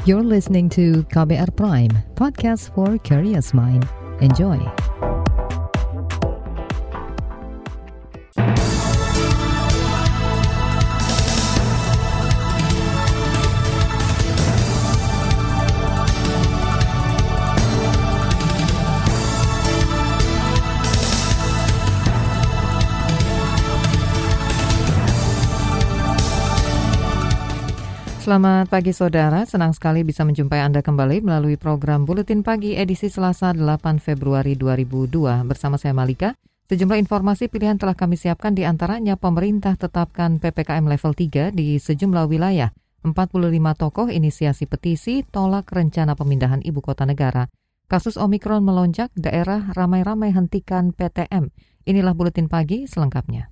You're listening to KBR Prime, podcast for curious mind. Enjoy. Selamat pagi saudara, senang sekali bisa menjumpai Anda kembali melalui program Buletin Pagi edisi Selasa 8 Februari 2002. Bersama saya Malika, sejumlah informasi pilihan telah kami siapkan, di antaranya pemerintah tetapkan PPKM level 3 di sejumlah wilayah. 45 tokoh inisiasi petisi tolak rencana pemindahan ibu kota negara. Kasus Omikron melonjak, daerah ramai-ramai hentikan PTM. Inilah Buletin Pagi selengkapnya.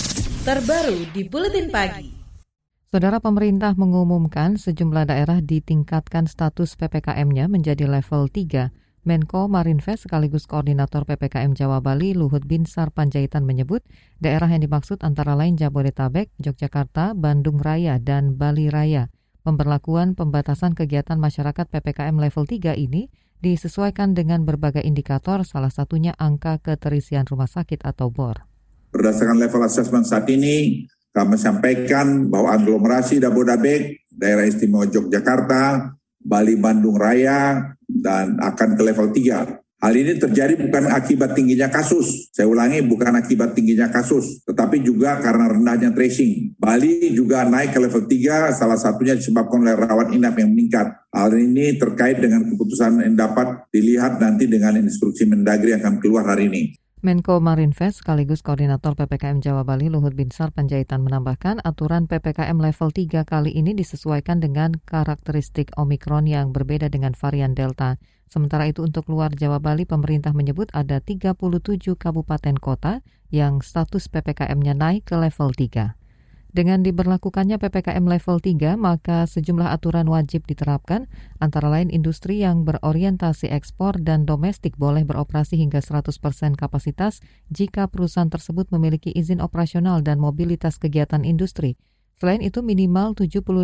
Terbaru di Buletin Pagi. Saudara, pemerintah mengumumkan sejumlah daerah ditingkatkan status PPKM-nya menjadi level 3. Menko Marinvest sekaligus Koordinator PPKM Jawa Bali Luhut Binsar Panjaitan menyebut daerah yang dimaksud antara lain Jabodetabek, Yogyakarta, Bandung Raya, dan Bali Raya. Pemberlakuan pembatasan kegiatan masyarakat PPKM level 3 ini disesuaikan dengan berbagai indikator, salah satunya angka keterisian rumah sakit atau BOR. Berdasarkan level assessment saat ini, kami sampaikan bahwa aglomerasi Jabodetabek, daerah istimewa Yogyakarta, Bali, Bandung Raya, dan akan ke level 3. Hal ini terjadi bukan akibat tingginya kasus. Saya ulangi, bukan akibat tingginya kasus, tetapi juga karena rendahnya tracing. Bali juga naik ke level 3, salah satunya disebabkan oleh rawat inap yang meningkat. Hal ini terkait dengan keputusan yang dapat dilihat nanti dengan instruksi Mendagri yang akan keluar hari ini. Menko Marinvest sekaligus Koordinator PPKM Jawa Bali Luhut Binsar Panjaitan menambahkan aturan PPKM level 3 kali ini disesuaikan dengan karakteristik Omikron yang berbeda dengan varian Delta. Sementara itu untuk luar Jawa Bali, pemerintah menyebut ada 37 kabupaten kota yang status PPKM-nya naik ke level 3. Dengan diberlakukannya PPKM level 3, maka sejumlah aturan wajib diterapkan, antara lain industri yang berorientasi ekspor dan domestik boleh beroperasi hingga 100% kapasitas jika perusahaan tersebut memiliki izin operasional dan mobilitas kegiatan industri. Selain itu, minimal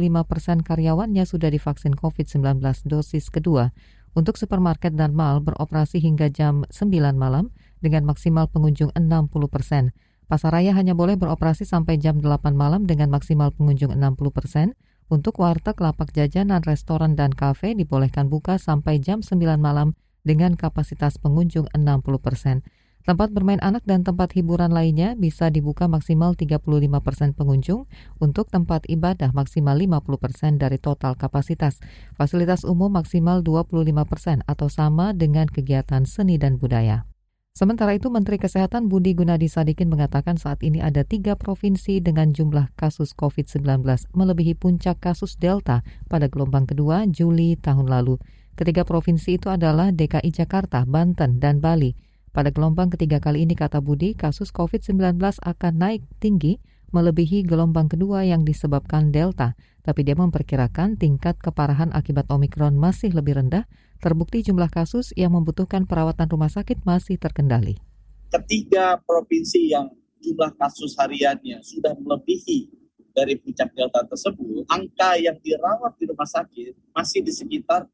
75% karyawannya sudah divaksin COVID-19 dosis kedua. Untuk supermarket dan mal beroperasi hingga jam 9 malam dengan maksimal pengunjung 60%. Pasar raya hanya boleh beroperasi sampai jam 8 malam dengan maksimal pengunjung 60%. Untuk warteg, lapak jajanan, restoran, dan kafe dibolehkan buka sampai jam 9 malam dengan kapasitas pengunjung 60%. Tempat bermain anak dan tempat hiburan lainnya bisa dibuka maksimal 35% pengunjung. Untuk tempat ibadah maksimal 50% dari total kapasitas. Fasilitas umum maksimal 25% atau sama dengan kegiatan seni dan budaya. Sementara itu, Menteri Kesehatan Budi Gunadi Sadikin mengatakan saat ini ada 3 provinsi dengan jumlah kasus COVID-19 melebihi puncak kasus Delta pada gelombang kedua Juli tahun lalu. Ketiga provinsi itu adalah DKI Jakarta, Banten, dan Bali. Pada gelombang ketiga kali ini, kata Budi, kasus COVID-19 akan naik tinggi melebihi gelombang kedua yang disebabkan Delta. Tapi dia memperkirakan tingkat keparahan akibat Omikron masih lebih rendah. Terbukti jumlah kasus yang membutuhkan perawatan rumah sakit masih terkendali. Ketiga provinsi yang jumlah kasus hariannya sudah melebihi dari puncak Delta tersebut, angka yang dirawat di rumah sakit masih di sekitar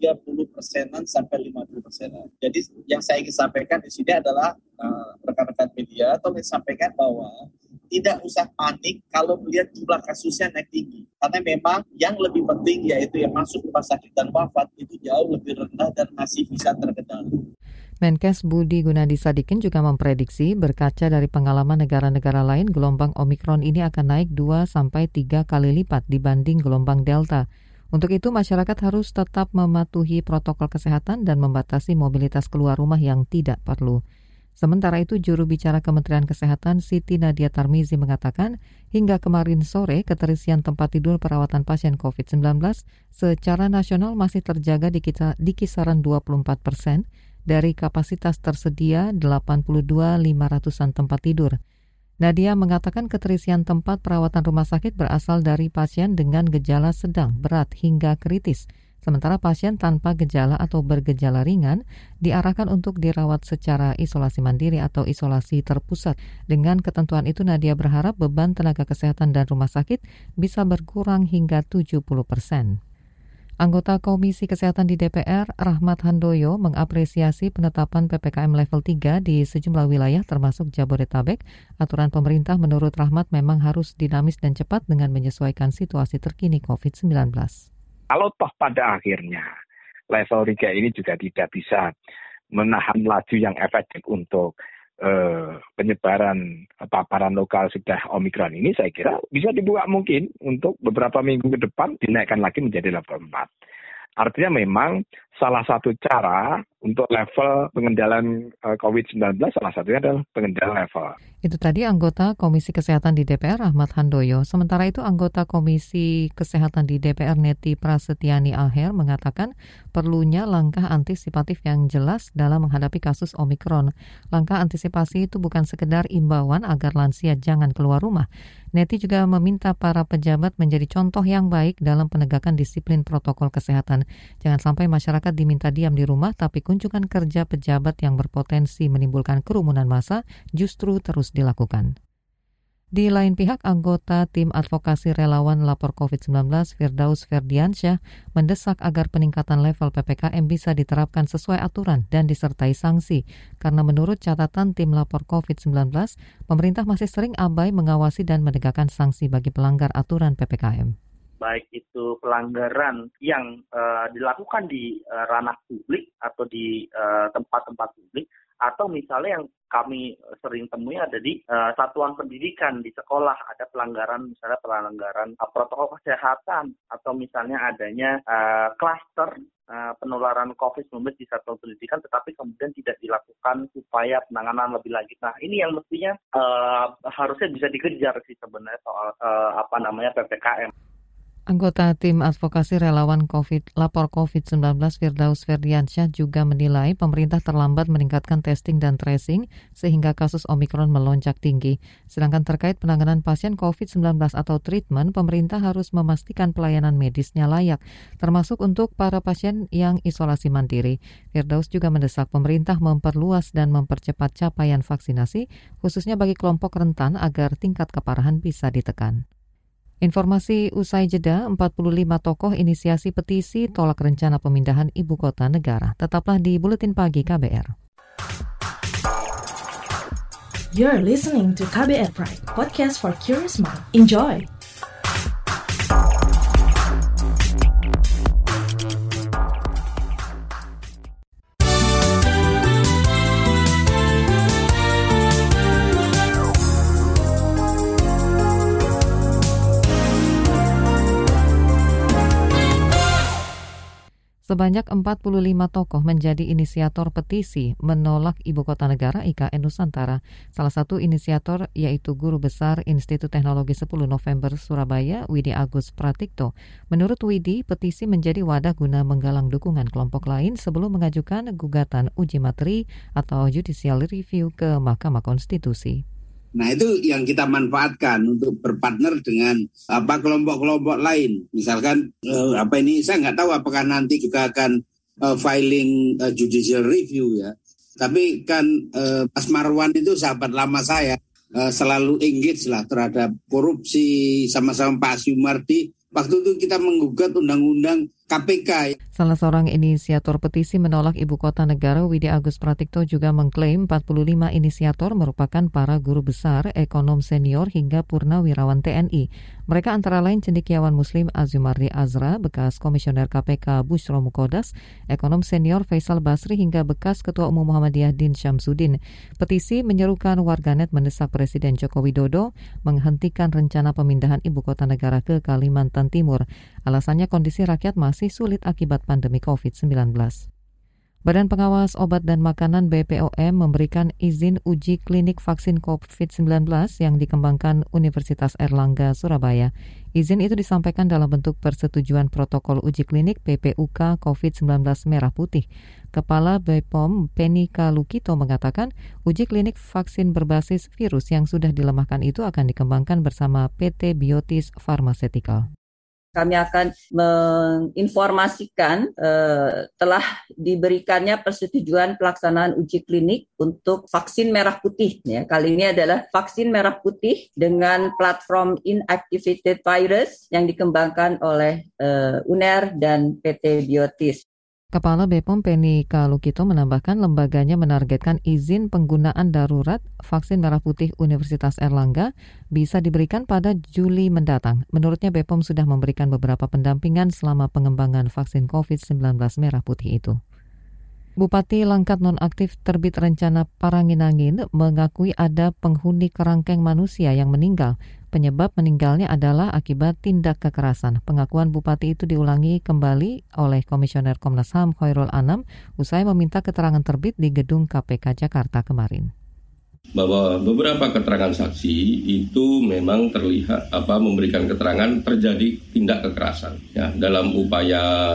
30% sampai 50%. Jadi yang saya ingin sampaikan di sini adalah rekan-rekan media tolong sampaikan bahwa tidak usah panik kalau melihat jumlah kasusnya naik tinggi. Karena memang yang lebih penting yaitu yang masuk rumah sakit dan wafat itu jauh lebih rendah dan masih bisa terkendali. Menkes Budi Gunadi Sadikin juga memprediksi berkaca dari pengalaman negara-negara lain, gelombang Omikron ini akan naik 2-3 kali lipat dibanding gelombang Delta. Untuk itu, masyarakat harus tetap mematuhi protokol kesehatan dan membatasi mobilitas keluar rumah yang tidak perlu. Sementara itu, juru bicara Kementerian Kesehatan Siti Nadia Tarmizi mengatakan hingga kemarin sore keterisian tempat tidur perawatan pasien COVID-19 secara nasional masih terjaga di kisaran 24% dari kapasitas tersedia 82.500-an tempat tidur. Nadia mengatakan keterisian tempat perawatan rumah sakit berasal dari pasien dengan gejala sedang, berat, hingga kritis. Sementara pasien tanpa gejala atau bergejala ringan diarahkan untuk dirawat secara isolasi mandiri atau isolasi terpusat. Dengan ketentuan itu, Nadia berharap beban tenaga kesehatan dan rumah sakit bisa berkurang hingga 70%. Anggota Komisi Kesehatan di DPR, Rahmat Handoyo, mengapresiasi penetapan PPKM level 3 di sejumlah wilayah termasuk Jabodetabek. Aturan pemerintah menurut Rahmat memang harus dinamis dan cepat dengan menyesuaikan situasi terkini COVID-19. Kalau toh pada akhirnya level 3 ini juga tidak bisa menahan laju yang efektif untuk penyebaran paparan lokal sudah Omikron ini, saya kira bisa dibuka mungkin untuk beberapa minggu ke depan dinaikkan lagi menjadi level 4. Artinya memang salah satu cara untuk level pengendalian COVID-19 salah satunya adalah pengendalian level. Itu tadi anggota Komisi Kesehatan di DPR, Rahmat Handoyo. Sementara itu anggota Komisi Kesehatan di DPR, Neti Prasetyani Aher, mengatakan perlunya langkah antisipatif yang jelas dalam menghadapi kasus Omikron. Langkah antisipasi itu bukan sekedar imbauan agar lansia jangan keluar rumah. Neti juga meminta para pejabat menjadi contoh yang baik dalam penegakan disiplin protokol kesehatan. Jangan sampai masyarakat diminta diam di rumah, tapi kunjungan kerja pejabat yang berpotensi menimbulkan kerumunan massa justru terus dilakukan. Di lain pihak, anggota tim advokasi relawan lapor COVID-19 Firdaus Ferdiansyah mendesak agar peningkatan level PPKM bisa diterapkan sesuai aturan dan disertai sanksi. Karena menurut catatan tim lapor COVID-19, pemerintah masih sering abai mengawasi dan menegakkan sanksi bagi pelanggar aturan PPKM. Baik itu pelanggaran yang dilakukan di ranah publik atau di tempat-tempat publik, atau misalnya yang kami sering temui ada di satuan pendidikan di sekolah, ada pelanggaran, misalnya pelanggaran protokol kesehatan, atau misalnya adanya klaster penularan COVID-19 di satuan pendidikan, tetapi kemudian tidak dilakukan upaya penanganan lebih lanjut. Nah, ini yang mestinya harusnya bisa dikejar sih sebenarnya soal PPKM. Anggota tim advokasi relawan lapor COVID-19 Firdaus Ferdiansyah juga menilai pemerintah terlambat meningkatkan testing dan tracing sehingga kasus Omikron melonjak tinggi. Sedangkan terkait penanganan pasien COVID-19 atau treatment, pemerintah harus memastikan pelayanan medisnya layak, termasuk untuk para pasien yang isolasi mandiri. Firdaus juga mendesak pemerintah memperluas dan mempercepat capaian vaksinasi, khususnya bagi kelompok rentan agar tingkat keparahan bisa ditekan. Informasi usai jeda, 45 tokoh inisiasi petisi tolak rencana pemindahan ibu kota negara. Tetaplah di Buletin Pagi KBR. You're listening to KBR Pride, podcast for curious mind. Enjoy! Sebanyak 45 tokoh menjadi inisiator petisi menolak Ibu Kota Negara IKN Nusantara. Salah satu inisiator yaitu Guru Besar Institut Teknologi 10 November Surabaya, Widi Agus Pratikto. Menurut Widi, petisi menjadi wadah guna menggalang dukungan kelompok lain sebelum mengajukan gugatan uji materi atau judicial review ke Mahkamah Konstitusi. Nah, itu yang kita manfaatkan untuk berpartner dengan kelompok-kelompok lain. Misalkan saya nggak tahu apakah nanti juga akan filing judicial review ya. Tapi kan Mas Marwan itu sahabat lama saya, selalu engage lah terhadap korupsi sama-sama Pak Syumardi. Waktu itu kita menggugat undang-undang KPK. Salah seorang inisiator petisi menolak Ibu Kota Negara, Widi Agus Pratikto, juga mengklaim 45 inisiator merupakan para guru besar, ekonom senior hingga purnawirawan TNI. Mereka antara lain cendekiawan Muslim Azumardi Azra, bekas komisioner KPK Bushro Mukodas, ekonom senior Faisal Basri hingga bekas Ketua Umum Muhammadiyah Din Syamsuddin. Petisi menyerukan warganet mendesak Presiden Joko Widodo menghentikan rencana pemindahan Ibu Kota Negara ke Kalimantan Timur. Alasannya kondisi rakyat masih sulit akibat pandemi COVID-19. Badan Pengawas Obat dan Makanan BPOM memberikan izin uji klinik vaksin COVID-19 yang dikembangkan Universitas Airlangga Surabaya. Izin itu disampaikan dalam bentuk persetujuan protokol uji klinik PPUK COVID-19 Merah Putih. Kepala BPOM Penny Kalukito mengatakan uji klinik vaksin berbasis virus yang sudah dilemahkan itu akan dikembangkan bersama PT Biotis Pharmaceutical. Kami akan menginformasikan telah diberikannya persetujuan pelaksanaan uji klinik untuk vaksin merah putih. Ya, kali ini adalah vaksin merah putih dengan platform inactivated virus yang dikembangkan oleh UNER dan PT Biotis. Kepala BPOM Penny Kalukito menambahkan lembaganya menargetkan izin penggunaan darurat vaksin merah putih Universitas Erlangga bisa diberikan pada Juli mendatang. Menurutnya BPOM sudah memberikan beberapa pendampingan selama pengembangan vaksin COVID-19 merah putih itu. Bupati Langkat nonaktif terbit rencana Paranginangin mengakui ada penghuni kerangkeng manusia yang meninggal. Penyebab meninggalnya adalah akibat tindak kekerasan. Pengakuan Bupati itu diulangi kembali oleh Komisioner Komnas HAM Khairul Anam usai meminta keterangan terbit di gedung KPK Jakarta kemarin. Bahwa beberapa keterangan saksi itu memang terlihat memberikan keterangan terjadi tindak kekerasan. Ya, dalam upaya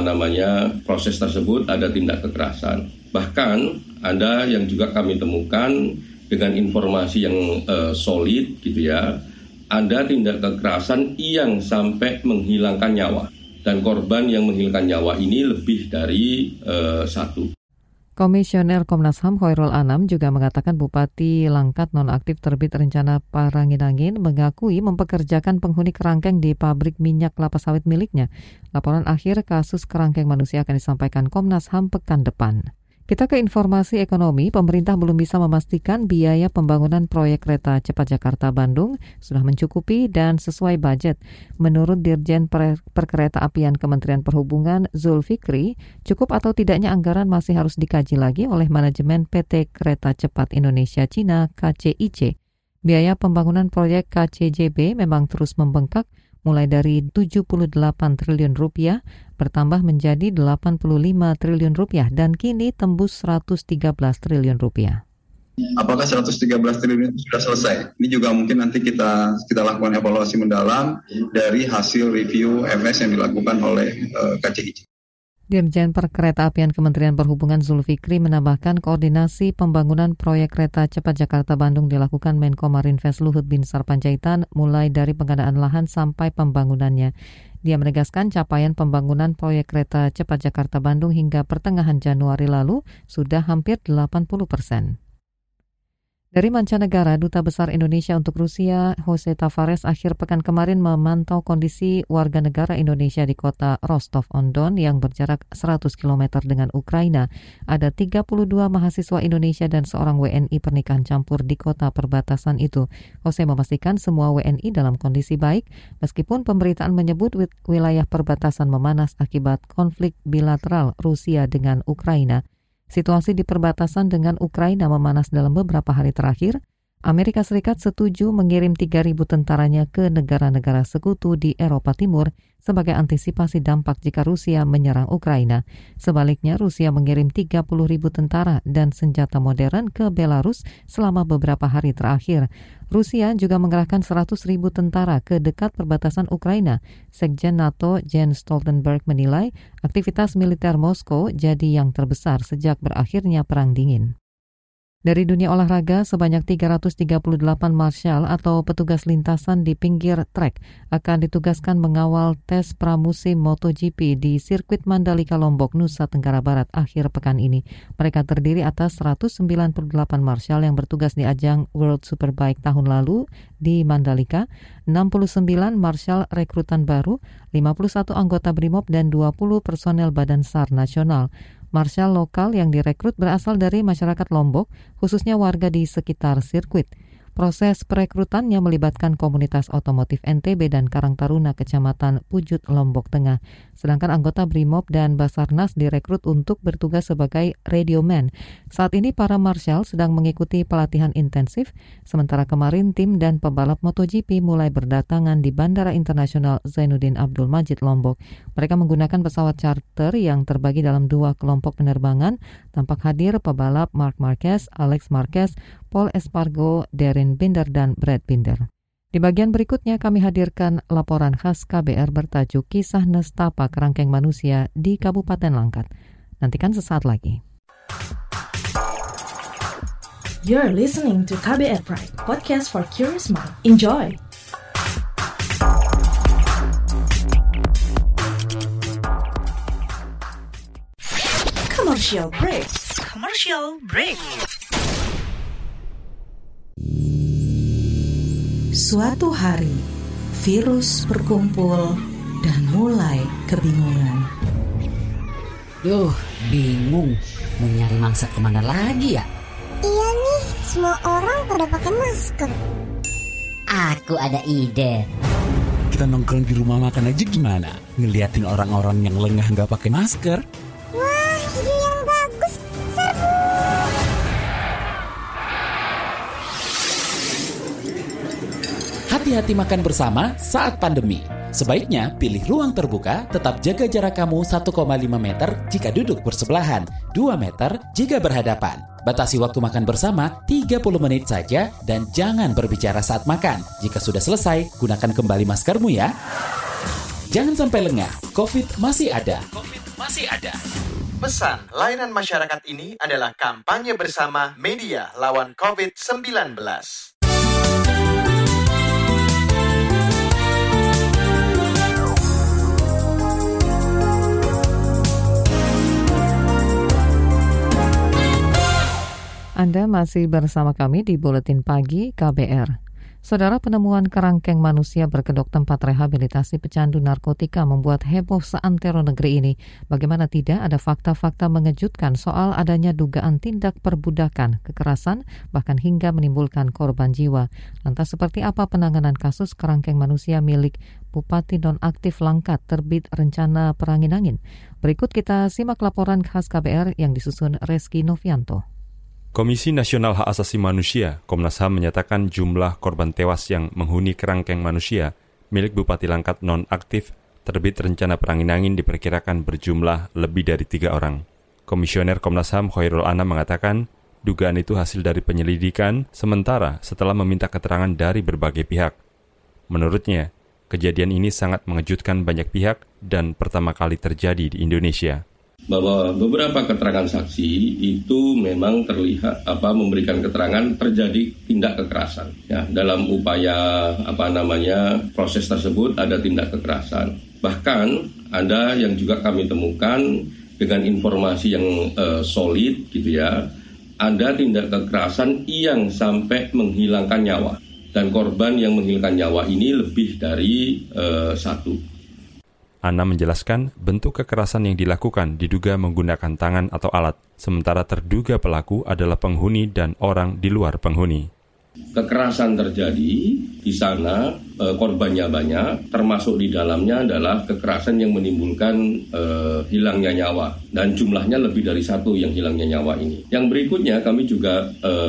proses tersebut ada tindak kekerasan. Bahkan ada yang juga kami temukan dengan informasi yang solid gitu ya. Ada tindak kekerasan yang sampai menghilangkan nyawa. Dan korban yang menghilangkan nyawa ini lebih dari satu. Komisioner Komnas HAM Khairul Anam juga mengatakan Bupati Langkat nonaktif terbit rencana Paranginangin mengakui mempekerjakan penghuni kerangkeng di pabrik minyak kelapa sawit miliknya. Laporan akhir kasus kerangkeng manusia akan disampaikan Komnas HAM pekan depan. Kita ke informasi ekonomi, pemerintah belum bisa memastikan biaya pembangunan proyek kereta cepat Jakarta-Bandung sudah mencukupi dan sesuai budget. Menurut Dirjen Perkeretaapian Kementerian Perhubungan Zulfikri, cukup atau tidaknya anggaran masih harus dikaji lagi oleh manajemen PT Kereta Cepat Indonesia Cina KCIC. Biaya pembangunan proyek KCJB memang terus membengkak, mulai dari 78 triliun rupiah bertambah menjadi 85 triliun rupiah dan kini tembus 113 triliun rupiah. Apakah 113 triliun itu sudah selesai? Ini juga mungkin nanti kita lakukan evaluasi mendalam dari hasil review MS yang dilakukan oleh KCIC. Dirjen Perkeretaapian Kementerian Perhubungan Zulfikri menambahkan koordinasi pembangunan proyek kereta cepat Jakarta-Bandung dilakukan Menko Marinvest Luhut Binsar Panjaitan mulai dari pengadaan lahan sampai pembangunannya. Dia menegaskan capaian pembangunan proyek kereta cepat Jakarta-Bandung hingga pertengahan Januari lalu sudah hampir 80%. Dari mancanegara, Duta Besar Indonesia untuk Rusia, Jose Tavares, akhir pekan kemarin memantau kondisi warga negara Indonesia di kota Rostov-on-Don yang berjarak 100 km dengan Ukraina. Ada 32 mahasiswa Indonesia dan seorang WNI pernikahan campur di kota perbatasan itu. Jose memastikan semua WNI dalam kondisi baik, meskipun pemberitaan menyebut wilayah perbatasan memanas akibat konflik bilateral Rusia dengan Ukraina. Situasi di perbatasan dengan Ukraina memanas dalam beberapa hari terakhir. Amerika Serikat setuju mengirim 3.000 tentaranya ke negara-negara sekutu di Eropa Timur sebagai antisipasi dampak jika Rusia menyerang Ukraina. Sebaliknya, Rusia mengirim 30.000 tentara dan senjata modern ke Belarus selama beberapa hari terakhir. Rusia juga mengerahkan 100.000 tentara ke dekat perbatasan Ukraina. Sekjen NATO Jens Stoltenberg menilai aktivitas militer Moskow jadi yang terbesar sejak berakhirnya Perang Dingin. Dari dunia olahraga, sebanyak 338 marshal atau petugas lintasan di pinggir trek akan ditugaskan mengawal tes pramusim MotoGP di sirkuit Mandalika Lombok, Nusa Tenggara Barat akhir pekan ini. Mereka terdiri atas 198 marshal yang bertugas di ajang World Superbike tahun lalu di Mandalika, 69 marshal rekrutan baru, 51 anggota BRIMOB dan 20 personel Badan SAR Nasional. Marshal lokal yang direkrut berasal dari masyarakat Lombok, khususnya warga di sekitar sirkuit. Proses perekrutannya melibatkan komunitas otomotif NTB dan Karang Taruna, Kecamatan Pujut, Lombok Tengah. Sedangkan anggota BRIMOB dan Basarnas direkrut untuk bertugas sebagai radioman. Saat ini para marshal sedang mengikuti pelatihan intensif, sementara kemarin tim dan pembalap MotoGP mulai berdatangan di Bandara Internasional Zainuddin Abdul Majid, Lombok. Mereka menggunakan pesawat charter yang terbagi dalam 2 kelompok penerbangan. Tampak hadir pebalap Marc Marquez, Alex Marquez, Paul Espargaro, Darren Binder, dan Brad Binder. Di bagian berikutnya kami hadirkan laporan khas KBR bertajuk Kisah Nestapa Kerangkeng Manusia di Kabupaten Langkat. Nantikan sesaat lagi. You're listening to KBR Pride, podcast for curious mind. Enjoy! Commercial break. Commercial break. Suatu hari, virus berkumpul dan mulai kebingungan. Duh, bingung. Mau nyari mangsa kemana lagi ya? Iya nih, semua orang pada pakai masker. Aku ada ide. Kita nongkrong di rumah makan aja gimana? Ngeliatin orang-orang yang lengah nggak pakai masker. Wah, ide yang bagus. Serbu. Hati-hati makan bersama saat pandemi. Sebaiknya pilih ruang terbuka, tetap jaga jarak kamu 1,5 meter jika duduk bersebelahan, 2 meter jika berhadapan. Batasi waktu makan bersama 30 menit saja dan jangan berbicara saat makan. Jika sudah selesai, gunakan kembali maskermu ya. Jangan sampai lengah, COVID masih ada. Pesan layanan masyarakat ini adalah kampanye bersama media lawan COVID-19. Anda masih bersama kami di Buletin Pagi KBR. Saudara, penemuan kerangkeng manusia berkedok tempat rehabilitasi pecandu narkotika membuat heboh seantero negeri ini. Bagaimana tidak, ada fakta-fakta mengejutkan soal adanya dugaan tindak perbudakan, kekerasan, bahkan hingga menimbulkan korban jiwa. Lantas seperti apa penanganan kasus kerangkeng manusia milik Bupati Nonaktif Langkat terbit rencana Perangin-Angin? Berikut kita simak laporan khas KBR yang disusun Reski Novianto. Komisi Nasional Hak Asasi Manusia, Komnas HAM menyatakan jumlah korban tewas yang menghuni kerangkeng manusia milik Bupati Langkat nonaktif terbit rencana Perangin-Angin diperkirakan berjumlah lebih dari 3 orang. Komisioner Komnas HAM Khairul Anam mengatakan dugaan itu hasil dari penyelidikan sementara setelah meminta keterangan dari berbagai pihak. Menurutnya, kejadian ini sangat mengejutkan banyak pihak dan pertama kali terjadi di Indonesia. Bahwa beberapa keterangan saksi itu memang terlihat memberikan keterangan terjadi tindak kekerasan. Ya, dalam upaya proses tersebut ada tindak kekerasan. Bahkan ada yang juga kami temukan dengan informasi yang solid gitu ya. Ada tindak kekerasan yang sampai menghilangkan nyawa. Dan korban yang menghilangkan nyawa ini lebih dari 1. Ana menjelaskan bentuk kekerasan yang dilakukan diduga menggunakan tangan atau alat, sementara terduga pelaku adalah penghuni dan orang di luar penghuni. Kekerasan terjadi di sana, korbannya banyak, termasuk di dalamnya adalah kekerasan yang menimbulkan hilangnya nyawa, dan jumlahnya lebih dari 1 yang hilangnya nyawa ini. Yang berikutnya kami juga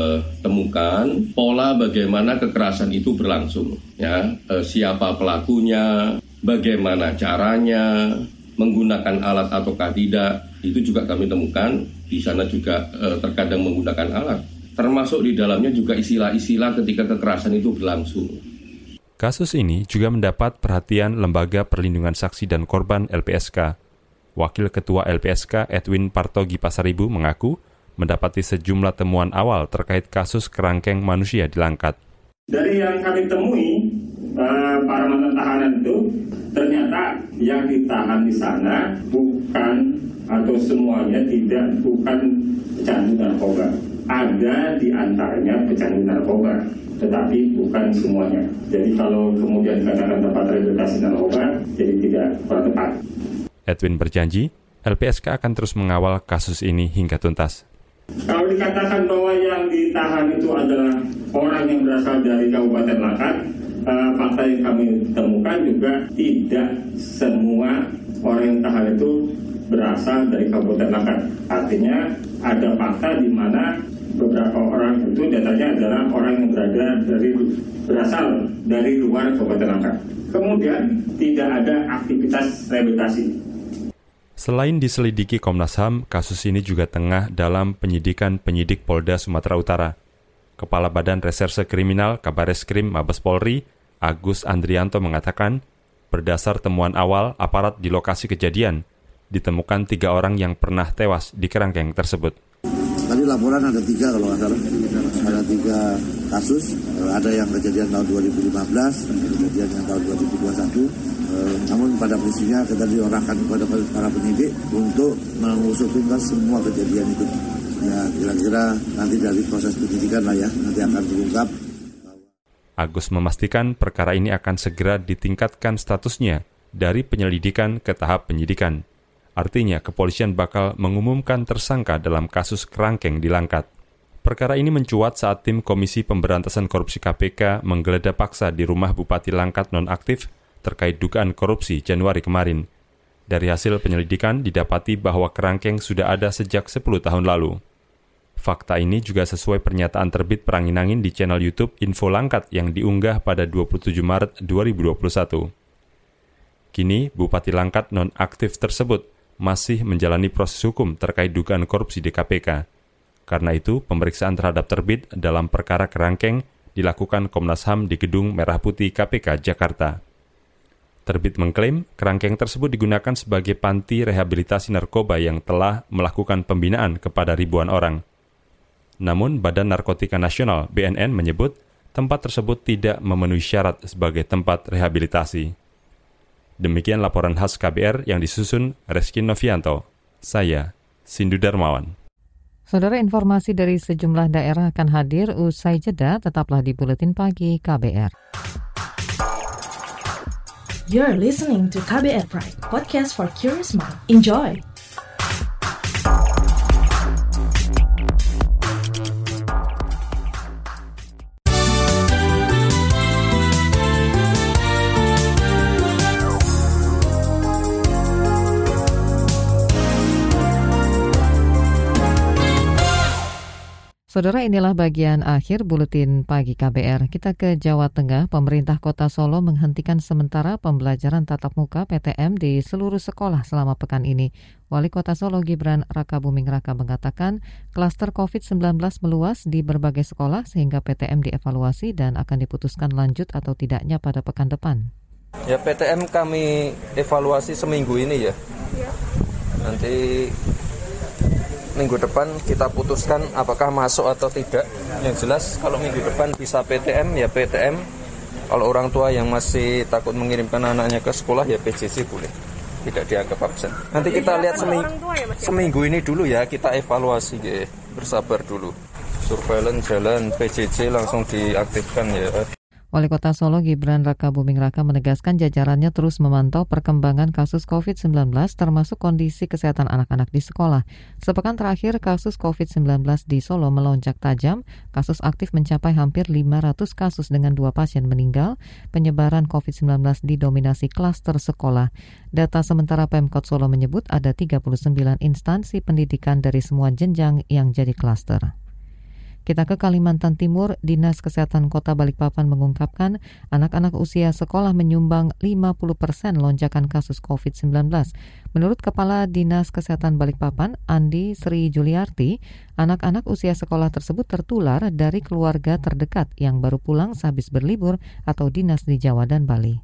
temukan pola bagaimana kekerasan itu berlangsung, ya, siapa pelakunya, bagaimana caranya, menggunakan alat ataukah tidak, itu juga kami temukan. Di sana juga terkadang menggunakan alat. Termasuk di dalamnya juga istilah-istilah ketika kekerasan itu berlangsung. Kasus ini juga mendapat perhatian Lembaga Perlindungan Saksi dan Korban LPSK. Wakil Ketua LPSK Edwin Partogi Pasaribu mengaku mendapati sejumlah temuan awal terkait kasus kerangkeng manusia di Langkat. Dari yang kami temui, para mantan tahanan itu ternyata yang ditahan di sana bukan atau semuanya bukan pecandu narkoba. Ada di antaranya pecandu narkoba, tetapi bukan semuanya. Jadi kalau kemudian dikatakan tempat rehabilitasi narkoba, jadi tidak tepat. Edwin berjanji, LPSK akan terus mengawal kasus ini hingga tuntas. Kalau dikatakan bahwa yang ditahan itu adalah orang yang berasal dari Kabupaten Langkat, fakta yang kami temukan juga tidak semua orang yang tahan itu berasal dari Kabupaten Langkat. Artinya ada fakta di mana beberapa orang itu datanya adalah orang yang berasal dari luar Kabupaten Langkat. Kemudian tidak ada aktivitas rehabilitasi. Selain diselidiki Komnas HAM, kasus ini juga tengah dalam penyidikan penyidik Polda Sumatera Utara. Kepala Badan Reserse Kriminal Kabareskrim Mabes Polri, Agus Andrianto mengatakan, berdasar temuan awal aparat di lokasi kejadian, ditemukan 3 orang yang pernah tewas di kerangkeng tersebut. Tadi laporan ada 3 kalau nggak salah. Ada 3 kasus, ada yang kejadian tahun 2015, ada kejadian yang tahun 2021. Namun pada prinsipnya kita diarahkan kepada para penyidik untuk mengusut tuntas semua kejadian itu. Ya kira-kira nanti dari proses penyidikan lah ya, nanti akan terungkap. Agus memastikan perkara ini akan segera ditingkatkan statusnya dari penyelidikan ke tahap penyidikan. Artinya, kepolisian bakal mengumumkan tersangka dalam kasus kerangkeng di Langkat. Perkara ini mencuat saat tim Komisi Pemberantasan Korupsi KPK menggeledah paksa di rumah Bupati Langkat nonaktif terkait dugaan korupsi Januari kemarin. Dari hasil penyelidikan didapati bahwa kerangkeng sudah ada sejak 10 tahun lalu. Fakta ini juga sesuai pernyataan terbit Perangin-Angin di channel YouTube Info Langkat yang diunggah pada 27 Maret 2021. Kini, Bupati Langkat nonaktif tersebut masih menjalani proses hukum terkait dugaan korupsi di KPK. Karena itu, pemeriksaan terhadap terbit dalam perkara kerangkeng dilakukan Komnas HAM di Gedung Merah Putih KPK Jakarta. Terbit mengklaim kerangkeng tersebut digunakan sebagai panti rehabilitasi narkoba yang telah melakukan pembinaan kepada ribuan orang. Namun, Badan Narkotika Nasional (BNN) menyebut tempat tersebut tidak memenuhi syarat sebagai tempat rehabilitasi. Demikian laporan khas KBR yang disusun Reski Novianto. Saya, Sindu Darmawan. Saudara, informasi dari sejumlah daerah akan hadir usai jeda, tetaplah di Buletin Pagi KBR. You're listening to KBR Pride, podcast for curious mind. Enjoy! Saudara, inilah bagian akhir Buletin Pagi KBR. Kita ke Jawa Tengah. Pemerintah Kota Solo menghentikan sementara pembelajaran tatap muka PTM di seluruh sekolah selama pekan ini. Wali Kota Solo Gibran Rakabuming Raka mengatakan klaster COVID-19 meluas di berbagai sekolah sehingga PTM dievaluasi dan akan diputuskan lanjut atau tidaknya pada pekan depan. Ya, PTM kami evaluasi seminggu ini ya. Nanti minggu depan kita putuskan apakah masuk atau tidak. Yang jelas kalau minggu depan bisa PTM ya PTM. Kalau orang tua yang masih takut mengirimkan anaknya ke sekolah ya PJJ boleh. Tidak dianggap absen. Nanti kita lihat seminggu ini dulu ya, kita evaluasi ya. Bersabar dulu. Surveillance jalan, PJJ langsung diaktifkan ya. Wali Kota Solo Gibran Rakabuming Raka menegaskan jajarannya terus memantau perkembangan kasus COVID-19 termasuk kondisi kesehatan anak-anak di sekolah. Sepekan terakhir kasus COVID-19 di Solo melonjak tajam, kasus aktif mencapai hampir 500 kasus dengan 2 pasien meninggal. Penyebaran COVID-19 didominasi klaster sekolah. Data sementara Pemkot Solo menyebut ada 39 instansi pendidikan dari semua jenjang yang jadi klaster. Kita ke Kalimantan Timur, Dinas Kesehatan Kota Balikpapan mengungkapkan anak-anak usia sekolah menyumbang 50% lonjakan kasus COVID-19. Menurut Kepala Dinas Kesehatan Balikpapan, Andi Sri Juliarti, anak-anak usia sekolah tersebut tertular dari keluarga terdekat yang baru pulang sehabis berlibur atau dinas di Jawa dan Bali.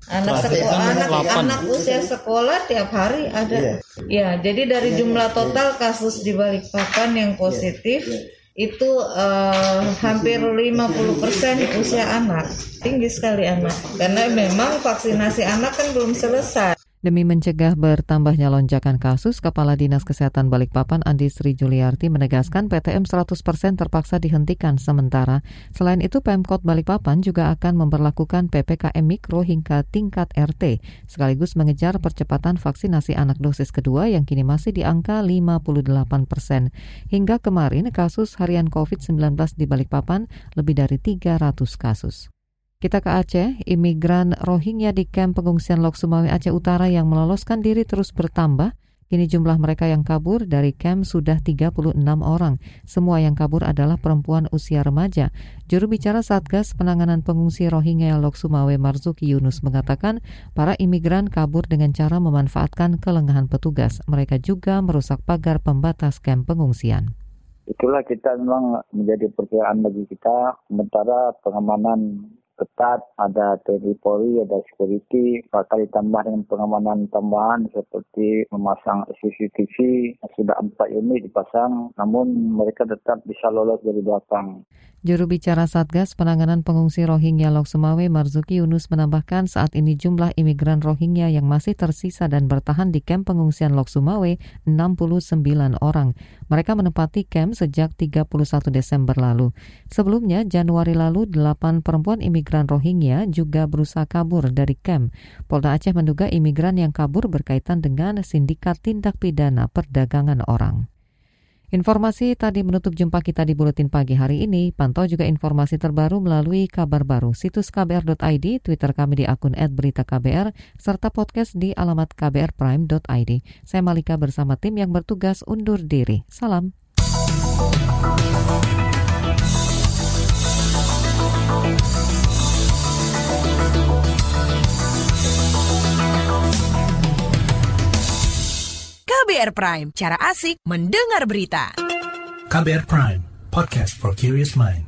Anak usia sekolah tiap hari ada. Ya, jadi dari jumlah total kasus di Balikpapan yang positif, itu hampir 50% usia anak. Tinggi sekali anak. Karena memang vaksinasi anak kan belum selesai. Demi mencegah bertambahnya lonjakan kasus, Kepala Dinas Kesehatan Balikpapan Andi Sri Juliarti menegaskan PTM 100% terpaksa dihentikan sementara. Selain itu, Pemkot Balikpapan juga akan memberlakukan PPKM Mikro hingga tingkat RT, sekaligus mengejar percepatan vaksinasi anak dosis kedua yang kini masih di angka 58%. Hingga kemarin, kasus harian COVID-19 di Balikpapan lebih dari 300 kasus. Kita ke Aceh, imigran Rohingya di kamp pengungsian Lok Sumawe Aceh Utara yang meloloskan diri terus bertambah. Kini jumlah mereka yang kabur dari kamp sudah 36 orang. Semua yang kabur adalah perempuan usia remaja. Juru bicara Satgas Penanganan Pengungsi Rohingya Lok Sumawe Marzuki Yunus mengatakan para imigran kabur dengan cara memanfaatkan kelengahan petugas. Mereka juga merusak pagar pembatas kamp pengungsian. Itulah kita memang menjadi perkiraan bagi kita, sementara pengamanan ketat, ada TNI Polri, ada security, bakal ditambah dengan pengamanan tambahan seperti memasang CCTV, sudah 4 unit dipasang, namun mereka tetap bisa lolos dari belakang. Juru bicara Satgas Penanganan Pengungsi Rohingya Lok Sumawe Marzuki Yunus menambahkan saat ini jumlah imigran Rohingya yang masih tersisa dan bertahan di kamp pengungsian Lok Sumawe 69 orang. Mereka menempati kamp sejak 31 Desember lalu. Sebelumnya, Januari lalu 8 perempuan imigran Rohingya juga berusaha kabur dari kamp. Polda Aceh menduga imigran yang kabur berkaitan dengan sindikat tindak pidana perdagangan orang. Informasi tadi menutup jumpa kita di Buletin Pagi hari ini. Pantau juga informasi terbaru melalui kabar baru, situs kbr.id, Twitter kami di akun @beritaKBR, serta podcast di alamat kbrprime.id. Saya Malika bersama tim yang bertugas undur diri. Salam. KBR Prime, cara asik mendengar berita. KBR Prime, podcast for curious mind.